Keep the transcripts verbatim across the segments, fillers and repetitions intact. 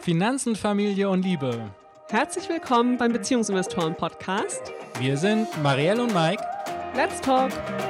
Finanzen, Familie und Liebe. Herzlich willkommen beim Beziehungsinvestoren-Podcast. Wir sind Marielle und Mike. Let's talk!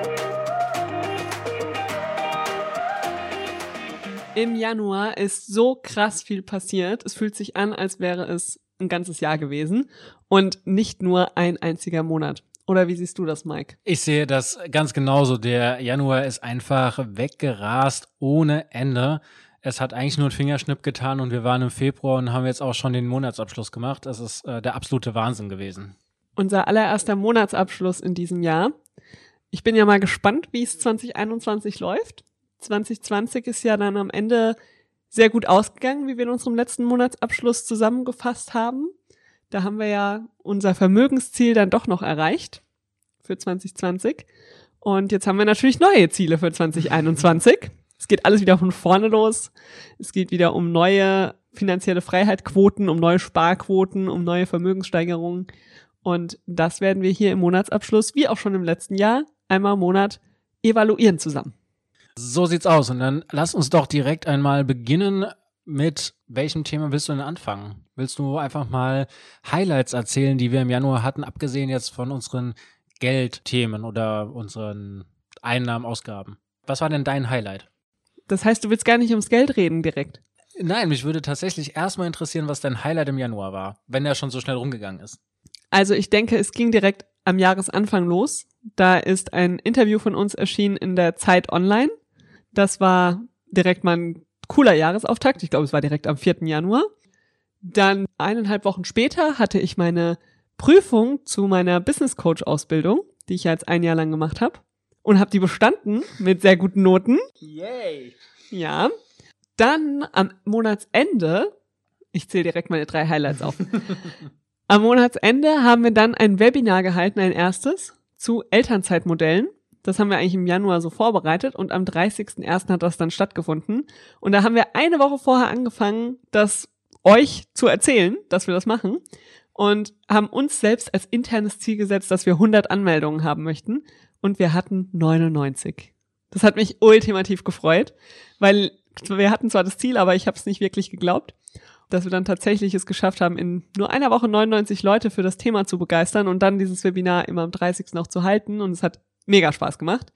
Im Januar ist so krass viel passiert. Es fühlt sich an, als wäre es ein ganzes Jahr gewesen und nicht nur ein einziger Monat. Oder wie siehst du das, Mike? Ich sehe das ganz genauso. Der Januar ist einfach weggerast ohne Ende. Es hat eigentlich nur einen Fingerschnipp getan und wir waren im Februar und haben jetzt auch schon den Monatsabschluss gemacht. Das ist äh, der absolute Wahnsinn gewesen. Unser allererster Monatsabschluss in diesem Jahr. Ich bin ja mal gespannt, wie es zwanzig einundzwanzig läuft. zwanzig zwanzig ist ja dann am Ende sehr gut ausgegangen, wie wir in unserem letzten Monatsabschluss zusammengefasst haben. Da haben wir ja unser Vermögensziel dann doch noch erreicht für zwanzig zwanzig. Und jetzt haben wir natürlich neue Ziele für zwanzig einundzwanzig. Es geht alles wieder von vorne los. Es geht wieder um neue finanzielle Freiheitquoten, um neue Sparquoten, um neue Vermögenssteigerungen. Und das werden wir hier im Monatsabschluss, wie auch schon im letzten Jahr, einmal im Monat evaluieren zusammen. So sieht's aus. Und dann lass uns doch direkt einmal beginnen. Mit welchem Thema willst du denn anfangen? Willst du einfach mal Highlights erzählen, die wir im Januar hatten, abgesehen jetzt von unseren Geldthemen oder unseren Einnahmen, Ausgaben? Was war denn dein Highlight? Das heißt, du willst gar nicht ums Geld reden direkt? Nein, mich würde tatsächlich erstmal interessieren, was dein Highlight im Januar war, wenn der schon so schnell rumgegangen ist. Also ich denke, es ging direkt am Jahresanfang los. Da ist ein Interview von uns erschienen in der Zeit Online. Das war direkt mal ein cooler Jahresauftakt. Ich glaube, es war direkt am vierten Januar. Dann eineinhalb Wochen später hatte ich meine Prüfung zu meiner Business Coach Ausbildung, die ich ja jetzt ein Jahr lang gemacht habe, und habe die bestanden mit sehr guten Noten. Yay! Ja. Dann am Monatsende, ich zähle direkt meine drei Highlights auf. Am Monatsende haben wir dann ein Webinar gehalten, ein erstes, zu Elternzeitmodellen. Das haben wir eigentlich im Januar so vorbereitet und am dreißigsten ersten hat das dann stattgefunden. Und da haben wir eine Woche vorher angefangen, das euch zu erzählen, dass wir das machen, und haben uns selbst als internes Ziel gesetzt, dass wir hundert Anmeldungen haben möchten, und wir hatten neunundneunzig. Das hat mich ultimativ gefreut, weil wir hatten zwar das Ziel, aber ich habe es nicht wirklich geglaubt, dass wir dann tatsächlich es geschafft haben, in nur einer Woche neunundneunzig Leute für das Thema zu begeistern und dann dieses Webinar immer am dreißigsten auch zu halten, und es hat mega Spaß gemacht.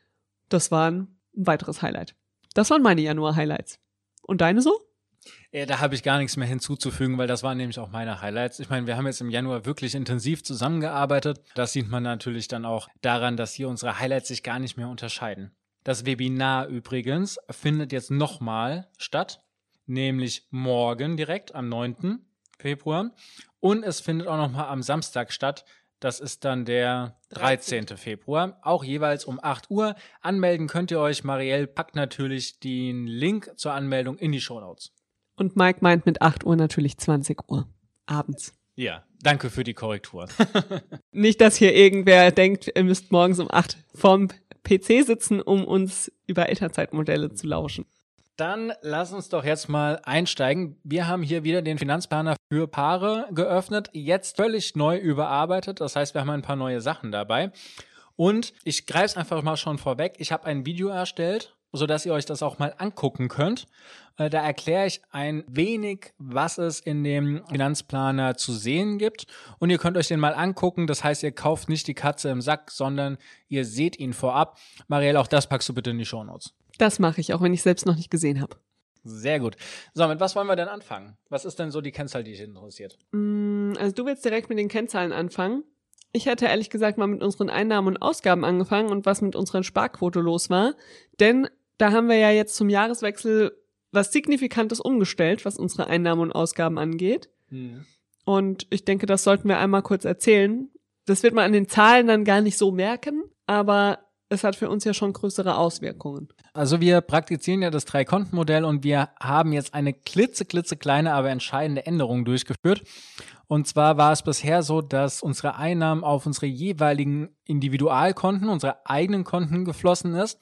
Das war ein weiteres Highlight. Das waren meine Januar-Highlights. Und deine so? Ja, da habe ich gar nichts mehr hinzuzufügen, weil das waren nämlich auch meine Highlights. Ich meine, wir haben jetzt im Januar wirklich intensiv zusammengearbeitet. Das sieht man natürlich dann auch daran, dass hier unsere Highlights sich gar nicht mehr unterscheiden. Das Webinar übrigens findet jetzt nochmal statt, nämlich morgen direkt am neunten Februar. Und es findet auch nochmal am Samstag statt. Das ist dann der dreizehnten Februar, auch jeweils um acht Uhr. Anmelden könnt ihr euch. Marielle packt natürlich den Link zur Anmeldung in die Shownotes. Und Mike meint mit acht Uhr natürlich zwanzig Uhr abends. Ja, danke für die Korrektur. Nicht, dass hier irgendwer denkt, ihr müsst morgens um acht vorm P C sitzen, um uns über Elternzeitmodelle zu lauschen. Dann lass uns doch jetzt mal einsteigen. Wir haben hier wieder den Finanzplaner für Paare geöffnet, jetzt völlig neu überarbeitet. Das heißt, wir haben ein paar neue Sachen dabei. Und ich greife es einfach mal schon vorweg. Ich habe ein Video erstellt, sodass ihr euch das auch mal angucken könnt. Da erkläre ich ein wenig, was es in dem Finanzplaner zu sehen gibt. Und ihr könnt euch den mal angucken. Das heißt, ihr kauft nicht die Katze im Sack, sondern ihr seht ihn vorab. Marielle, auch das packst du bitte in die Shownotes. Das mache ich, auch wenn ich es selbst noch nicht gesehen habe. Sehr gut. So, mit was wollen wir denn anfangen? Was ist denn so die Kennzahl, die dich interessiert? Also du willst direkt mit den Kennzahlen anfangen. Ich hätte ehrlich gesagt mal mit unseren Einnahmen und Ausgaben angefangen und was mit unserer Sparquote los war. Denn da haben wir ja jetzt zum Jahreswechsel was Signifikantes umgestellt, was unsere Einnahmen und Ausgaben angeht. Hm. Und ich denke, das sollten wir einmal kurz erzählen. Das wird man an den Zahlen dann gar nicht so merken, aber es hat für uns ja schon größere Auswirkungen. Also wir praktizieren ja das Drei-Konten-Modell und wir haben jetzt eine klitzeklitzekleine, aber entscheidende Änderung durchgeführt. Und zwar war es bisher so, dass unsere Einnahmen auf unsere jeweiligen Individualkonten, unsere eigenen Konten geflossen ist.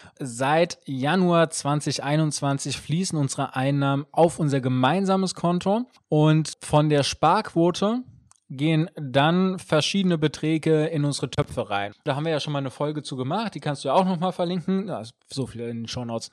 Seit Januar zwanzig einundzwanzig fließen unsere Einnahmen auf unser gemeinsames Konto und von der Sparquote gehen dann verschiedene Beträge in unsere Töpfe rein. Da haben wir ja schon mal eine Folge zu gemacht, die kannst du ja auch nochmal verlinken. Da ist so viel in den Shownotes.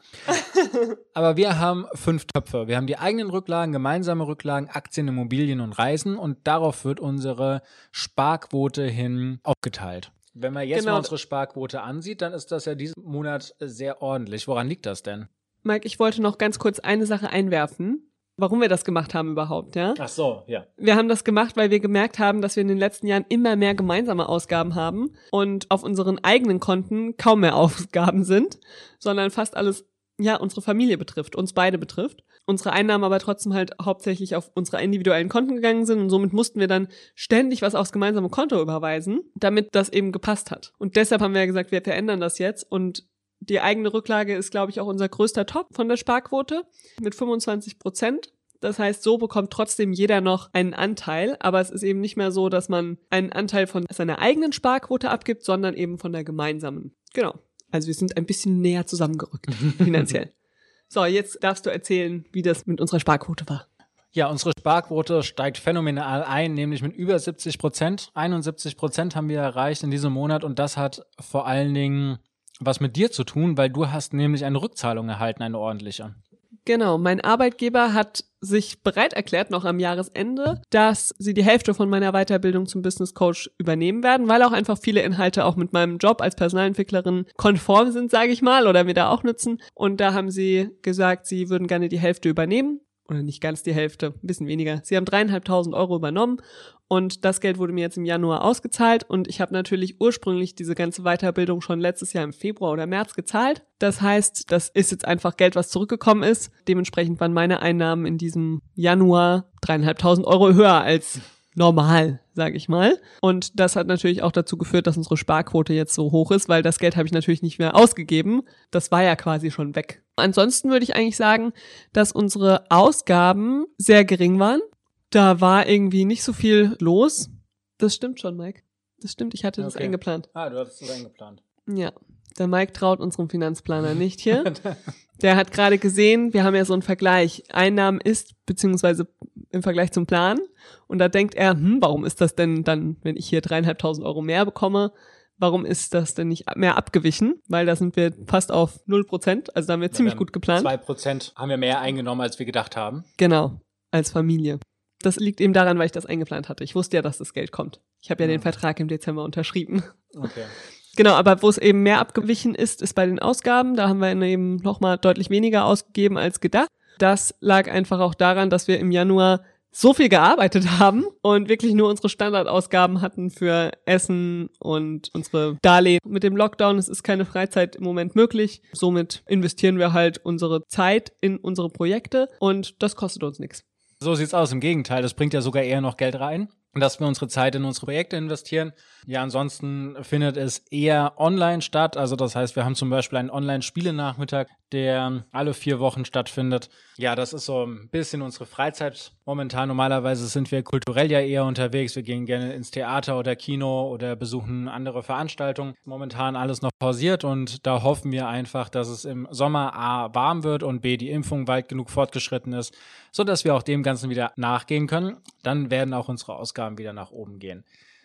Aber wir haben fünf Töpfe. Wir haben die eigenen Rücklagen, gemeinsame Rücklagen, Aktien, Immobilien und Reisen und darauf wird unsere Sparquote hin aufgeteilt. Wenn man jetzt genau. mal unsere Sparquote ansieht, dann ist das ja diesen Monat sehr ordentlich. Woran liegt das denn? Mike, ich wollte noch ganz kurz eine Sache einwerfen, warum wir das gemacht haben überhaupt, ja? Ach so, ja. Wir haben das gemacht, weil wir gemerkt haben, dass wir in den letzten Jahren immer mehr gemeinsame Ausgaben haben und auf unseren eigenen Konten kaum mehr Ausgaben sind, sondern fast alles, ja, unsere Familie betrifft, uns beide betrifft. Unsere Einnahmen aber trotzdem halt hauptsächlich auf unsere individuellen Konten gegangen sind und somit mussten wir dann ständig was aufs gemeinsame Konto überweisen, damit das eben gepasst hat. Und deshalb haben wir ja gesagt, wir verändern das jetzt und die eigene Rücklage ist, glaube ich, auch unser größter Top von der Sparquote mit fünfundzwanzig Prozent. Das heißt, so bekommt trotzdem jeder noch einen Anteil, aber es ist eben nicht mehr so, dass man einen Anteil von seiner eigenen Sparquote abgibt, sondern eben von der gemeinsamen. Genau. Also wir sind ein bisschen näher zusammengerückt, finanziell. So, jetzt darfst du erzählen, wie das mit unserer Sparquote war. Ja, unsere Sparquote steigt phänomenal ein, nämlich mit über siebzig Prozent. einundsiebzig Prozent haben wir erreicht in diesem Monat und das hat vor allen Dingen was mit dir zu tun, weil du hast nämlich eine Rückzahlung erhalten, eine ordentliche. Genau, mein Arbeitgeber hat sich bereit erklärt, noch am Jahresende, dass sie die Hälfte von meiner Weiterbildung zum Business Coach übernehmen werden, weil auch einfach viele Inhalte auch mit meinem Job als Personalentwicklerin konform sind, sage ich mal, oder mir da auch nützen. Und da haben sie gesagt, sie würden gerne die Hälfte übernehmen. Oder nicht ganz die Hälfte, ein bisschen weniger. Sie haben dreieinhalbtausend Euro übernommen und das Geld wurde mir jetzt im Januar ausgezahlt und ich habe natürlich ursprünglich diese ganze Weiterbildung schon letztes Jahr im Februar oder März gezahlt. Das heißt, das ist jetzt einfach Geld, was zurückgekommen ist. Dementsprechend waren meine Einnahmen in diesem Januar dreieinhalbtausend Euro höher als normal, sage ich mal. Und das hat natürlich auch dazu geführt, dass unsere Sparquote jetzt so hoch ist, weil das Geld habe ich natürlich nicht mehr ausgegeben. Das war ja quasi schon weg. Ansonsten würde ich eigentlich sagen, dass unsere Ausgaben sehr gering waren. Da war irgendwie nicht so viel los. Das stimmt schon, Mike. Das stimmt, ich hatte okay. das eingeplant. Ah, du hattest das eingeplant. Ja, der Mike traut unserem Finanzplaner nicht hier. Der hat gerade gesehen, wir haben ja so einen Vergleich. Einnahmen ist, beziehungsweise im Vergleich zum Plan. Und da denkt er, hm, warum ist das denn dann, wenn ich hier dreieinhalbtausend Euro mehr bekomme, warum ist das denn nicht mehr abgewichen? Weil da sind wir fast auf null Prozent, also da haben wir ja, ziemlich wir gut geplant. zwei Prozent haben wir mehr eingenommen, als wir gedacht haben. Genau, als Familie. Das liegt eben daran, weil ich das eingeplant hatte. Ich wusste ja, dass das Geld kommt. Ich habe ja, ja den Vertrag im Dezember unterschrieben. Okay. Genau, aber wo es eben mehr abgewichen ist, ist bei den Ausgaben. Da haben wir eben nochmal deutlich weniger ausgegeben als gedacht. Das lag einfach auch daran, dass wir im Januar so viel gearbeitet haben und wirklich nur unsere Standardausgaben hatten für Essen und unsere Darlehen. Mit dem Lockdown, es ist keine Freizeit im Moment möglich. Somit investieren wir halt unsere Zeit in unsere Projekte und das kostet uns nichts. So sieht's aus. Im Gegenteil, das bringt ja sogar eher noch Geld rein, dass wir unsere Zeit in unsere Projekte investieren. Ja, ansonsten findet es eher online statt. Also das heißt, wir haben zum Beispiel einen Online-Spielenachmittag, der alle vier Wochen stattfindet. Ja, das ist so ein bisschen unsere Freizeit momentan. Normalerweise sind wir kulturell ja eher unterwegs. Wir gehen gerne ins Theater oder Kino oder besuchen andere Veranstaltungen. Momentan alles noch pausiert und da hoffen wir einfach, dass es im Sommer A warm wird und B die Impfung weit genug fortgeschritten ist, sodass wir auch dem Ganzen wieder nachgehen können. Dann werden auch unsere Ausgaben wieder nach oben gehen.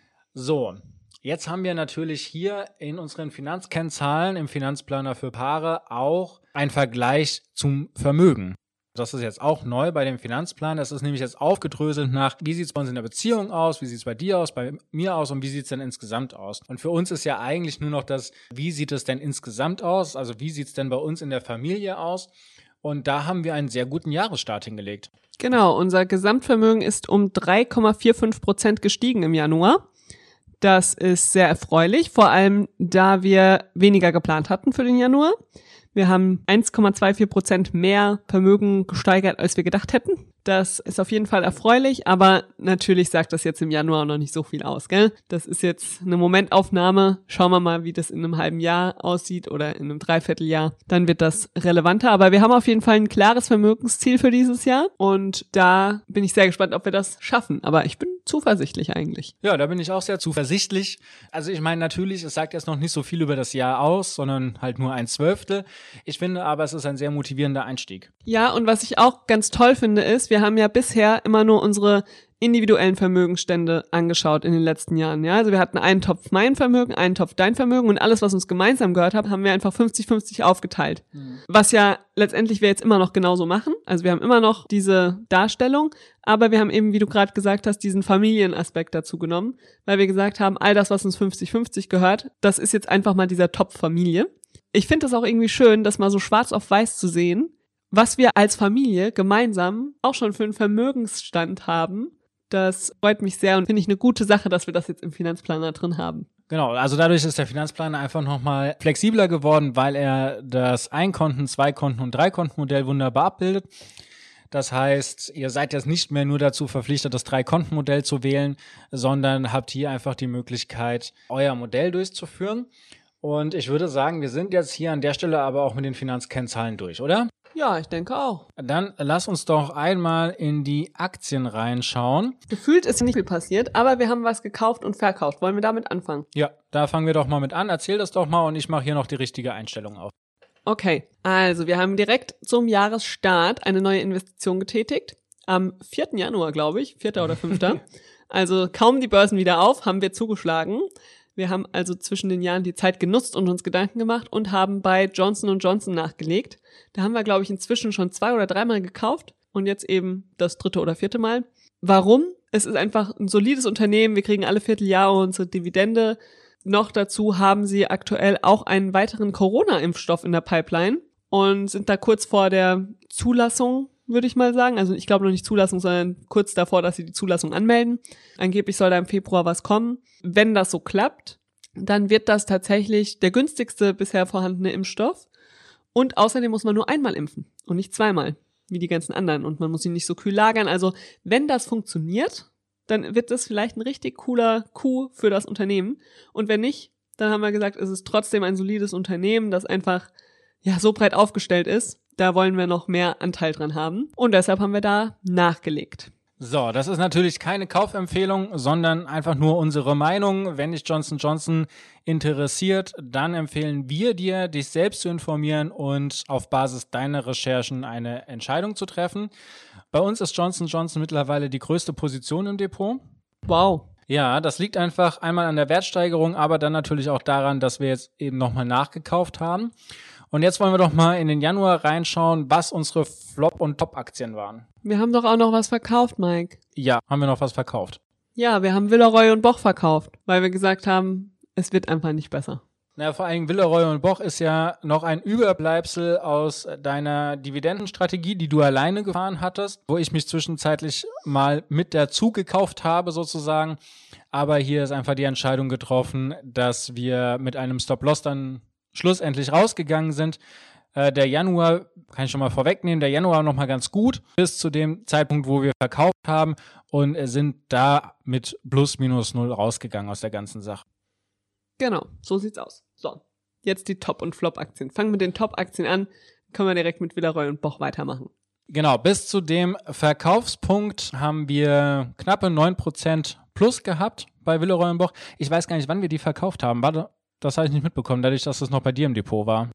So, jetzt haben wir natürlich hier in unseren Finanzkennzahlen im Finanzplaner für Paare auch einen Vergleich zum Vermögen. Das ist jetzt auch neu bei dem Finanzplan. Das ist nämlich jetzt aufgedröselt nach, wie sieht es bei uns in der Beziehung aus, wie sieht es bei dir aus, bei mir aus und wie sieht es denn insgesamt aus. Und für uns ist ja eigentlich nur noch das, wie sieht es denn insgesamt aus, also wie sieht es denn bei uns in der Familie aus. Und da haben wir einen sehr guten Jahresstart hingelegt. Genau, unser Gesamtvermögen ist um drei Komma fünfundvierzig Prozent gestiegen im Januar. Das ist sehr erfreulich, vor allem da wir weniger geplant hatten für den Januar. Wir haben eins Komma vierundzwanzig Prozent mehr Vermögen gesteigert, als wir gedacht hätten. Das ist auf jeden Fall erfreulich, aber natürlich sagt das jetzt im Januar noch nicht so viel aus, gell? Das ist jetzt eine Momentaufnahme. Schauen wir mal, wie das in einem halben Jahr aussieht oder in einem Dreivierteljahr. Dann wird das relevanter. Aber wir haben auf jeden Fall ein klares Vermögensziel für dieses Jahr und da bin ich sehr gespannt, ob wir das schaffen. Aber ich bin zuversichtlich eigentlich. Ja, da bin ich auch sehr zuversichtlich. Also ich meine natürlich, es sagt jetzt noch nicht so viel über das Jahr aus, sondern halt nur ein Zwölftel. Ich finde aber, es ist ein sehr motivierender Einstieg. Ja, und was ich auch ganz toll finde, ist, wir haben ja bisher immer nur unsere individuellen Vermögensstände angeschaut in den letzten Jahren. Ja, also wir hatten einen Topf mein Vermögen, einen Topf dein Vermögen und alles, was uns gemeinsam gehört hat, haben wir einfach fünfzig fünfzig aufgeteilt. Mhm. Was ja letztendlich wir jetzt immer noch genauso machen. Also wir haben immer noch diese Darstellung, aber wir haben eben, wie du gerade gesagt hast, diesen Familienaspekt dazu genommen, weil wir gesagt haben, all das, was uns fünfzig fünfzig gehört, das ist jetzt einfach mal dieser Topf Familie. Ich finde das auch irgendwie schön, das mal so schwarz auf weiß zu sehen, was wir als Familie gemeinsam auch schon für einen Vermögensstand haben. Das freut mich sehr und finde ich eine gute Sache, dass wir das jetzt im Finanzplaner drin haben. Genau, also dadurch ist der Finanzplaner einfach nochmal flexibler geworden, weil er das Ein-Konten-, Zwei-Konten- und Drei-Konten-Modell wunderbar abbildet. Das heißt, ihr seid jetzt nicht mehr nur dazu verpflichtet, das Drei-Konten-Modell zu wählen, sondern habt hier einfach die Möglichkeit, euer Modell durchzuführen. Und ich würde sagen, wir sind jetzt hier an der Stelle aber auch mit den Finanzkennzahlen durch, oder? Ja, ich denke auch. Dann lass uns doch einmal in die Aktien reinschauen. Gefühlt ist nicht viel passiert, aber wir haben was gekauft und verkauft. Wollen wir damit anfangen? Ja, da fangen wir doch mal mit an. Erzähl das doch mal und ich mache hier noch die richtige Einstellung auf. Okay, also wir haben direkt zum Jahresstart eine neue Investition getätigt. Am vierten Januar, glaube ich, vierter oder fünfter Also kaum die Börsen wieder auf, haben wir zugeschlagen. Wir haben also zwischen den Jahren die Zeit genutzt und uns Gedanken gemacht und haben bei Johnson und Johnson nachgelegt. Da haben wir, glaube ich, inzwischen schon zwei oder dreimal gekauft und jetzt eben das dritte oder vierte Mal. Warum? Es ist einfach ein solides Unternehmen. Wir kriegen alle Vierteljahre unsere Dividende. Noch dazu haben sie aktuell auch einen weiteren Corona-Impfstoff in der Pipeline und sind da kurz vor der Zulassung, würde ich mal sagen. Also ich glaube noch nicht Zulassung, sondern kurz davor, dass sie die Zulassung anmelden. Angeblich soll da im Februar was kommen. Wenn das so klappt, dann wird das tatsächlich der günstigste bisher vorhandene Impfstoff. Und außerdem muss man nur einmal impfen und nicht zweimal, wie die ganzen anderen. Und man muss ihn nicht so kühl lagern. Also wenn das funktioniert, dann wird das vielleicht ein richtig cooler Coup für das Unternehmen. Und wenn nicht, dann haben wir gesagt, es ist trotzdem ein solides Unternehmen, das einfach ja so breit aufgestellt ist. Da wollen wir noch mehr Anteil dran haben. Und deshalb haben wir da nachgelegt. So, das ist natürlich keine Kaufempfehlung, sondern einfach nur unsere Meinung. Wenn dich Johnson und Johnson interessiert, dann empfehlen wir dir, dich selbst zu informieren und auf Basis deiner Recherchen eine Entscheidung zu treffen. Bei uns ist Johnson und Johnson mittlerweile die größte Position im Depot. Wow. Ja, das liegt einfach einmal an der Wertsteigerung, aber dann natürlich auch daran, dass wir jetzt eben nochmal nachgekauft haben. Und jetzt wollen wir doch mal in den Januar reinschauen, was unsere Flop- und Top-Aktien waren. Wir haben doch auch noch was verkauft, Mike. Ja, haben wir noch was verkauft. Ja, wir haben Villeroy und Boch verkauft, weil wir gesagt haben, es wird einfach nicht besser. Na, vor allem Villeroy und Boch ist ja noch ein Überbleibsel aus deiner Dividendenstrategie, die du alleine gefahren hattest, wo ich mich zwischenzeitlich mal mit dazu gekauft habe sozusagen. Aber hier ist einfach die Entscheidung getroffen, dass wir mit einem Stop-Loss dann schlussendlich rausgegangen sind. Äh, der Januar, kann ich schon mal vorwegnehmen, der Januar noch mal ganz gut bis zu dem Zeitpunkt, wo wir verkauft haben und sind da mit plus minus null rausgegangen aus der ganzen Sache. Genau, so sieht's aus. So, jetzt die Top- und Flop-Aktien. Fangen wir mit den Top-Aktien an, können wir direkt mit Villeroy und Boch weitermachen. Genau, bis zu dem Verkaufspunkt haben wir knappe neun Prozent plus gehabt bei Villeroy und Boch. Ich weiß gar nicht, wann wir die verkauft haben. Warte, das habe ich nicht mitbekommen, dadurch, dass das noch bei dir im Depot war.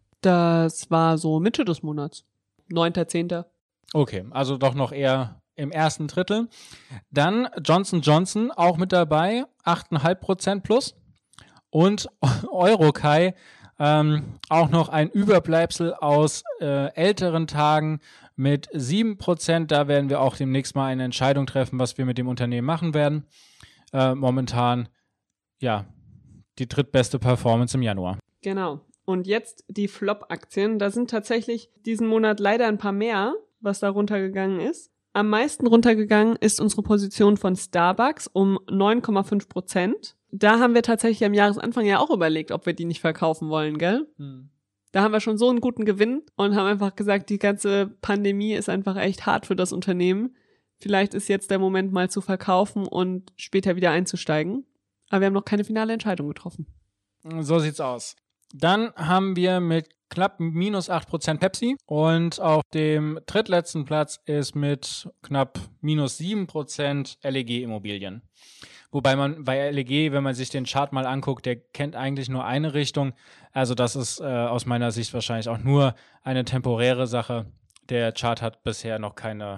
Das war so Mitte des Monats. neunter zehnter Okay, also doch noch eher im ersten Drittel. Dann Johnson und Johnson auch mit dabei, acht Komma fünf Prozent plus. Und Eurokai, ähm, auch noch ein Überbleibsel aus äh, älteren Tagen mit sieben Prozent. Da werden wir auch demnächst mal eine Entscheidung treffen, was wir mit dem Unternehmen machen werden. Äh, momentan, ja, die drittbeste Performance im Januar. Genau. Und jetzt die Flop-Aktien. Da sind tatsächlich diesen Monat leider ein paar mehr, was da runtergegangen ist. Am meisten runtergegangen ist unsere Position von Starbucks um neun Komma fünf Prozent. Da haben wir tatsächlich am Jahresanfang ja auch überlegt, ob wir die nicht verkaufen wollen, gell? Hm. Da haben wir schon so einen guten Gewinn und haben einfach gesagt, die ganze Pandemie ist einfach echt hart für das Unternehmen. Vielleicht ist jetzt der Moment mal zu verkaufen und später wieder einzusteigen. Aber wir haben noch keine finale Entscheidung getroffen. So sieht's aus. Dann haben wir mit knapp minus acht Prozent Pepsi und auf dem drittletzten Platz ist mit knapp minus sieben Prozent L E G Immobilien. Wobei man bei L E G, wenn man sich den Chart mal anguckt, der kennt eigentlich nur eine Richtung. Also das ist äh, aus meiner Sicht wahrscheinlich auch nur eine temporäre Sache. Der Chart hat bisher noch keine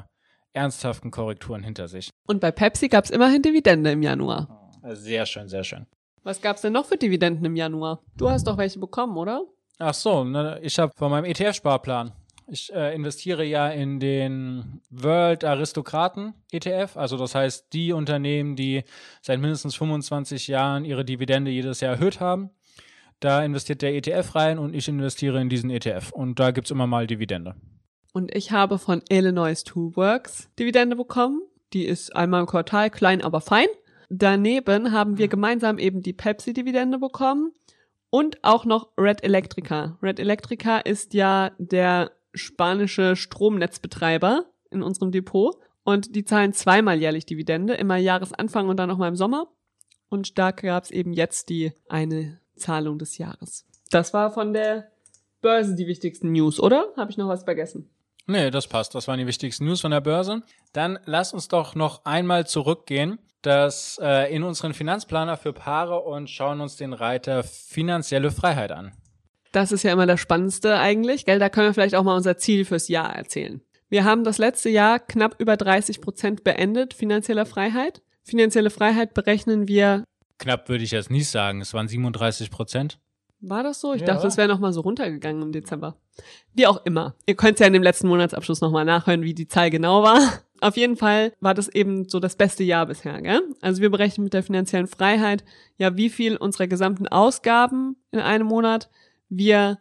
ernsthaften Korrekturen hinter sich. Und bei Pepsi gab es immerhin Dividende im Januar. Sehr schön, sehr schön. Was gab es denn noch für Dividenden im Januar? Du hast doch welche bekommen, oder? Ach so, ne, ich habe von meinem E T F-Sparplan. Ich äh, investiere ja in den World Aristokraten E T F, also das heißt die Unternehmen, die seit mindestens fünfundzwanzig Jahren ihre Dividende jedes Jahr erhöht haben. Da investiert der E T F rein und ich investiere in diesen E T F und da gibt's immer mal Dividende. Und ich habe von Illinois Two Works Dividende bekommen. Die ist einmal im Quartal, klein, aber fein. Daneben haben wir gemeinsam eben die Pepsi-Dividende bekommen und auch noch Red Electrica. Red Electrica ist ja der spanische Stromnetzbetreiber in unserem Depot und die zahlen zweimal jährlich Dividende, immer Jahresanfang und dann nochmal im Sommer. Und da gab es eben jetzt die eine Zahlung des Jahres. Das war von der Börse die wichtigsten News, oder? Habe ich noch was vergessen? Nee, das passt. Das waren die wichtigsten News von der Börse. Dann lass uns doch noch einmal zurückgehen das, äh, in unseren Finanzplaner für Paare und schauen uns den Reiter finanzielle Freiheit an. Das ist ja immer das Spannendste eigentlich, gell? Da können wir vielleicht auch mal unser Ziel fürs Jahr erzählen. Wir haben das letzte Jahr knapp über dreißig Prozent beendet, finanzieller Freiheit. Finanzielle Freiheit berechnen wir... Knapp würde ich jetzt nicht sagen, es waren siebenunddreißig Prozent. War das so? Ich Ja. dachte, es wäre nochmal so runtergegangen im Dezember. Wie auch immer. Ihr könnt es ja in dem letzten Monatsabschluss nochmal nachhören, wie die Zahl genau war. Auf jeden Fall war das eben so das beste Jahr bisher, gell? Also wir berechnen mit der finanziellen Freiheit, ja, wie viel unserer gesamten Ausgaben in einem Monat wir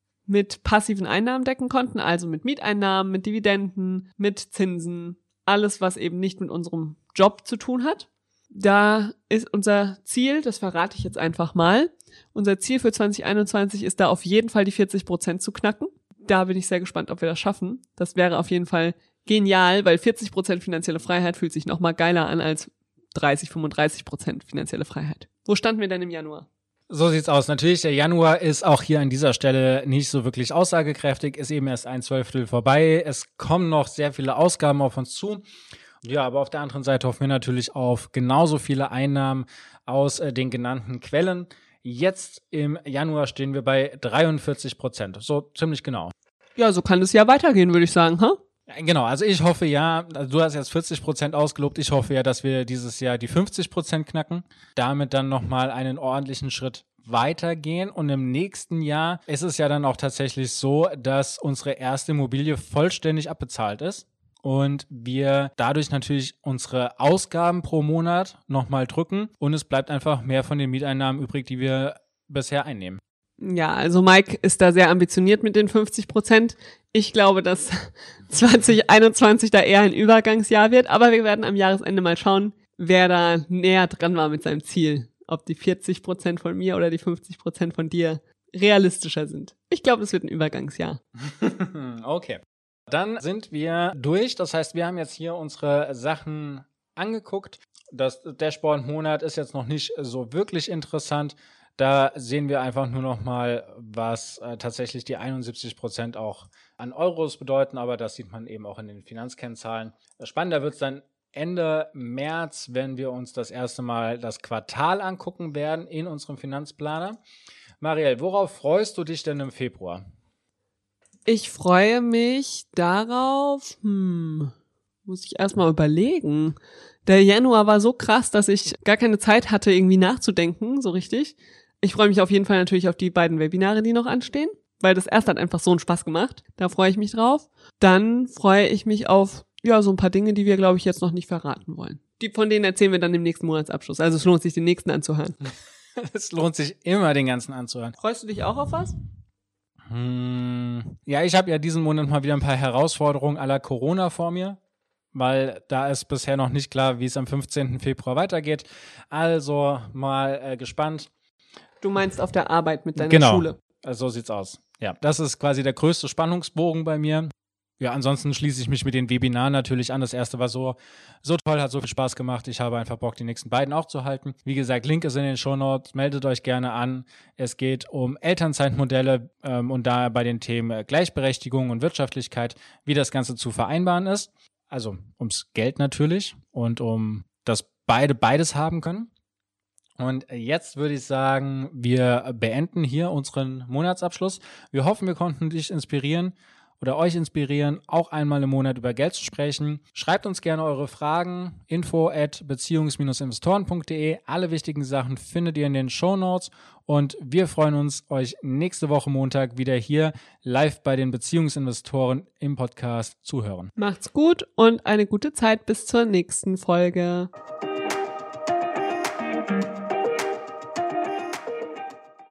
mit passiven Einnahmen decken konnten, also mit Mieteinnahmen, mit Dividenden, mit Zinsen, alles, was eben nicht mit unserem Job zu tun hat. Da ist unser Ziel, das verrate ich jetzt einfach mal, unser Ziel für zwanzig einundzwanzig ist da auf jeden Fall die vierzig Prozent zu knacken. Da bin ich sehr gespannt, ob wir das schaffen. Das wäre auf jeden Fall genial, weil vierzig Prozent finanzielle Freiheit fühlt sich nochmal geiler an als dreißig, fünfunddreißig Prozent finanzielle Freiheit. Wo standen wir denn im Januar? So sieht's aus. Natürlich, der Januar ist auch hier an dieser Stelle nicht so wirklich aussagekräftig, ist eben erst ein Zwölftel vorbei. Es kommen noch sehr viele Ausgaben auf uns zu. Ja, aber auf der anderen Seite hoffen wir natürlich auf genauso viele Einnahmen aus äh, den genannten Quellen. Jetzt im Januar stehen wir bei dreiundvierzig Prozent. So ziemlich genau. Ja, so kann es ja weitergehen, würde ich sagen, ha? Ja, genau, also ich hoffe ja, also du hast jetzt vierzig Prozent ausgelobt, ich hoffe ja, dass wir dieses Jahr die fünfzig Prozent knacken, damit dann nochmal einen ordentlichen Schritt weitergehen und im nächsten Jahr ist es ja dann auch tatsächlich so, dass unsere erste Immobilie vollständig abbezahlt ist und wir dadurch natürlich unsere Ausgaben pro Monat nochmal drücken und es bleibt einfach mehr von den Mieteinnahmen übrig, die wir bisher einnehmen. Ja, also Mike ist da sehr ambitioniert mit den fünfzig Prozent. Ich glaube, dass zwanzig einundzwanzig da eher ein Übergangsjahr wird, aber wir werden am Jahresende mal schauen, wer da näher dran war mit seinem Ziel. Ob die vierzig Prozent von mir oder die fünfzig Prozent von dir realistischer sind. Ich glaube, das wird ein Übergangsjahr. Okay. Dann sind wir durch. Das heißt, wir haben jetzt hier unsere Sachen angeguckt. Das Dashboard-Monat ist jetzt noch nicht so wirklich interessant. Da sehen wir einfach nur noch mal, was äh, tatsächlich die einundsiebzig Prozent auch an Euros bedeuten, aber das sieht man eben auch in den Finanzkennzahlen. Spannender wird es dann Ende März, wenn wir uns das erste Mal das Quartal angucken werden in unserem Finanzplaner. Marielle, worauf freust du dich denn im Februar? Ich freue mich darauf, hm, muss ich erstmal überlegen. Der Januar war so krass, dass ich gar keine Zeit hatte, irgendwie nachzudenken, so richtig. Ich freue mich auf jeden Fall natürlich auf die beiden Webinare, die noch anstehen, weil das erste hat einfach so einen Spaß gemacht. Da freue ich mich drauf. Dann freue ich mich auf, ja, so ein paar Dinge, die wir, glaube ich, jetzt noch nicht verraten wollen. Die, von denen erzählen wir dann im nächsten Monatsabschluss. Also es lohnt sich, den nächsten anzuhören. Es lohnt sich immer, den ganzen anzuhören. Freust du dich auch auf was? Hm, ja, ich habe ja diesen Monat mal wieder ein paar Herausforderungen à la Corona vor mir, weil da ist bisher noch nicht klar, wie es am fünfzehnten Februar weitergeht. Also mal äh, gespannt. Du meinst auf der Arbeit mit deiner genau. Schule? Also so sieht's aus. Ja, das ist quasi der größte Spannungsbogen bei mir. Ja, ansonsten schließe ich mich mit den Webinaren natürlich an. Das erste war so, so toll, hat so viel Spaß gemacht. Ich habe einfach Bock, die nächsten beiden auch zu halten. Wie gesagt, Link ist in den Shownotes. Meldet euch gerne an. Es geht um Elternzeitmodelle ähm, und da bei den Themen Gleichberechtigung und Wirtschaftlichkeit, wie das Ganze zu vereinbaren ist. Also ums Geld natürlich und um dass beide beides haben können. Und jetzt würde ich sagen, wir beenden hier unseren Monatsabschluss. Wir hoffen, wir konnten dich inspirieren oder euch inspirieren, auch einmal im Monat über Geld zu sprechen. Schreibt uns gerne eure Fragen, info at beziehungs investoren punkt de. Alle wichtigen Sachen findet ihr in den Shownotes und wir freuen uns, euch nächste Woche Montag wieder hier live bei den Beziehungsinvestoren im Podcast zu hören. Macht's gut und eine gute Zeit bis zur nächsten Folge.